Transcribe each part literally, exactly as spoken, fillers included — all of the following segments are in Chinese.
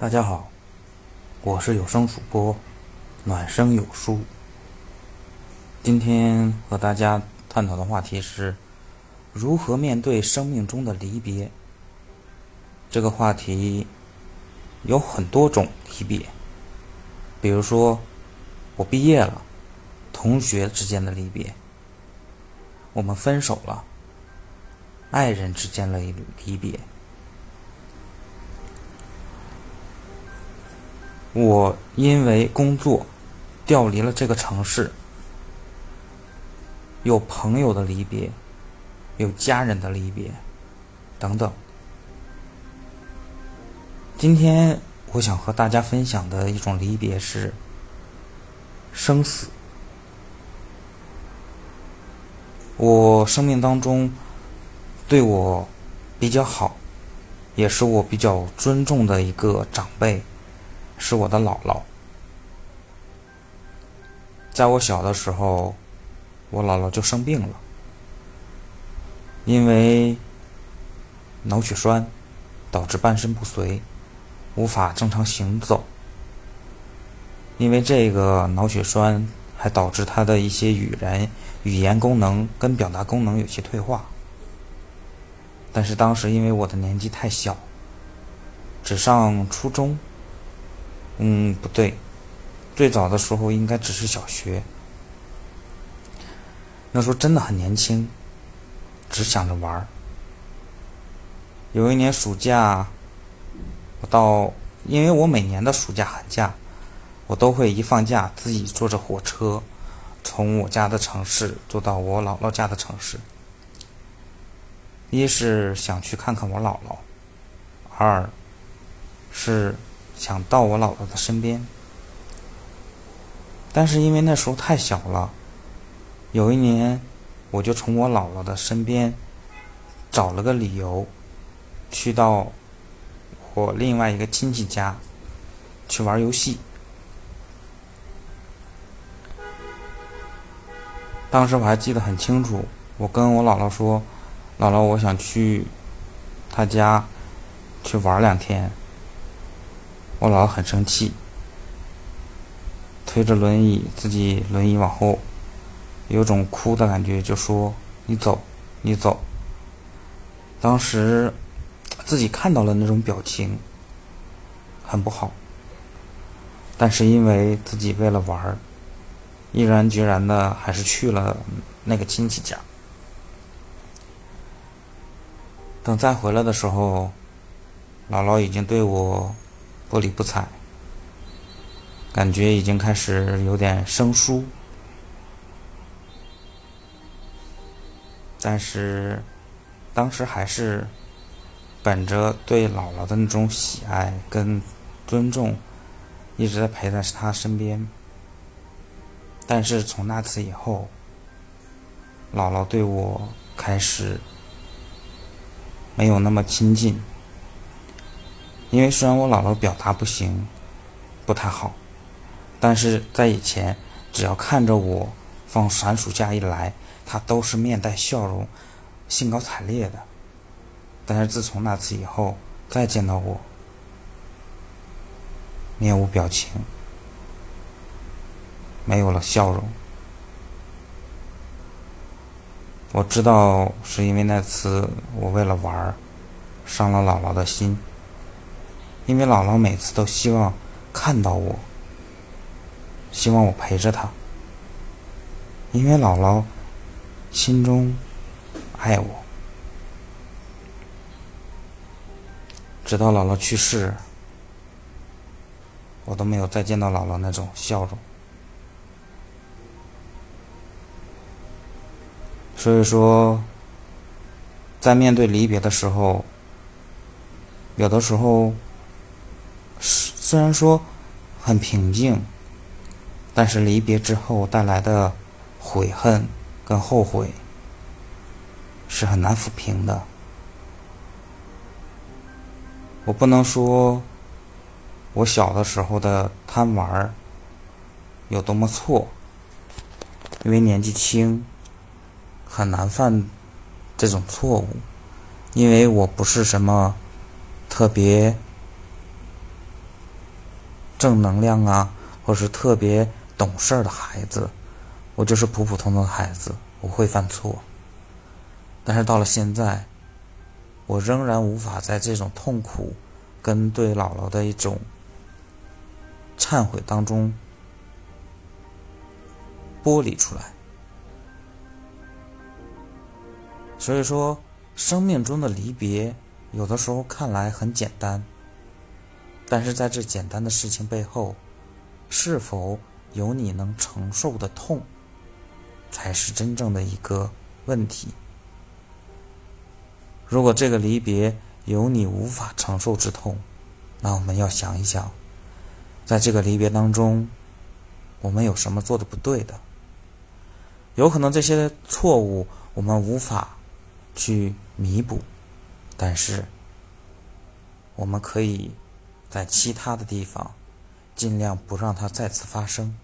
大家好，我是有声主播暖声有书。今天和大家探讨的话题是如何面对生命中的离别。这个话题有很多种离别，比如说我毕业了，同学之间的离别；我们分手了，爱人之间的离别。我因为工作调离了这个城市，有朋友的离别，有家人的离别，等等。今天我想和大家分享的一种离别是生死。我生命当中对我比较好，也是我比较尊重的一个长辈，是我的姥姥。在我小的时候，我姥姥就生病了，因为脑血栓导致半身不遂，无法正常行走。因为这个脑血栓还导致她的一些语言语言功能跟表达功能有些退化。但是当时因为我的年纪太小，只上初中，嗯，不对，最早的时候应该只是小学。那时候真的很年轻，只想着玩。有一年暑假，我到，因为我每年的暑假寒假，我都会一放假自己坐着火车，从我家的城市坐到我姥姥家的城市。一是想去看看我姥姥，二是想到我姥姥的身边。但是因为那时候太小了，有一年我就从我姥姥的身边找了个理由，去到我另外一个亲戚家去玩游戏。当时我还记得很清楚，我跟我姥姥说，姥姥我想去她家去玩两天。我姥姥很生气，推着轮椅，自己轮椅往后，有种哭的感觉，就说你走你走。当时自己看到了那种表情很不好，但是因为自己为了玩，毅然决然的还是去了那个亲戚家。等再回来的时候，姥姥已经对我不理不睬，感觉已经开始有点生疏。但是当时还是本着对姥姥的那种喜爱跟尊重，一直在陪在她身边。但是从那次以后，姥姥对我开始没有那么亲近。因为虽然我姥姥表达不行，不太好，但是在以前只要看着我放寒暑假一来，她都是面带笑容，兴高采烈的。但是自从那次以后，再见到我，面无表情，没有了笑容。我知道是因为那次我为了玩伤了姥姥的心，因为姥姥每次都希望看到我，希望我陪着她，因为姥姥心中爱我。直到姥姥去世，我都没有再见到姥姥那种笑容。所以说，在面对离别的时候，有的时候虽然说很平静，但是离别之后带来的悔恨跟后悔是很难抚平的。我不能说我小的时候的贪玩有多么错，因为年纪轻很难犯这种错误，因为我不是什么特别正能量啊，或是特别懂事的孩子，我就是普普通通的孩子，我会犯错。但是到了现在，我仍然无法在这种痛苦跟对姥姥的一种忏悔当中剥离出来。所以说，生命中的离别有的时候看来很简单，但是在这简单的事情背后，是否有你能承受的痛，才是真正的一个问题。如果这个离别有你无法承受之痛，那我们要想一想，在这个离别当中，我们有什么做的不对的？有可能这些错误我们无法去弥补，但是我们可以在其他的地方尽量不让它再次发生。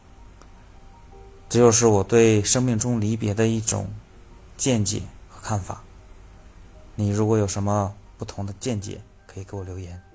这就是我对生命中离别的一种见解和看法。你如果有什么不同的见解，可以给我留言。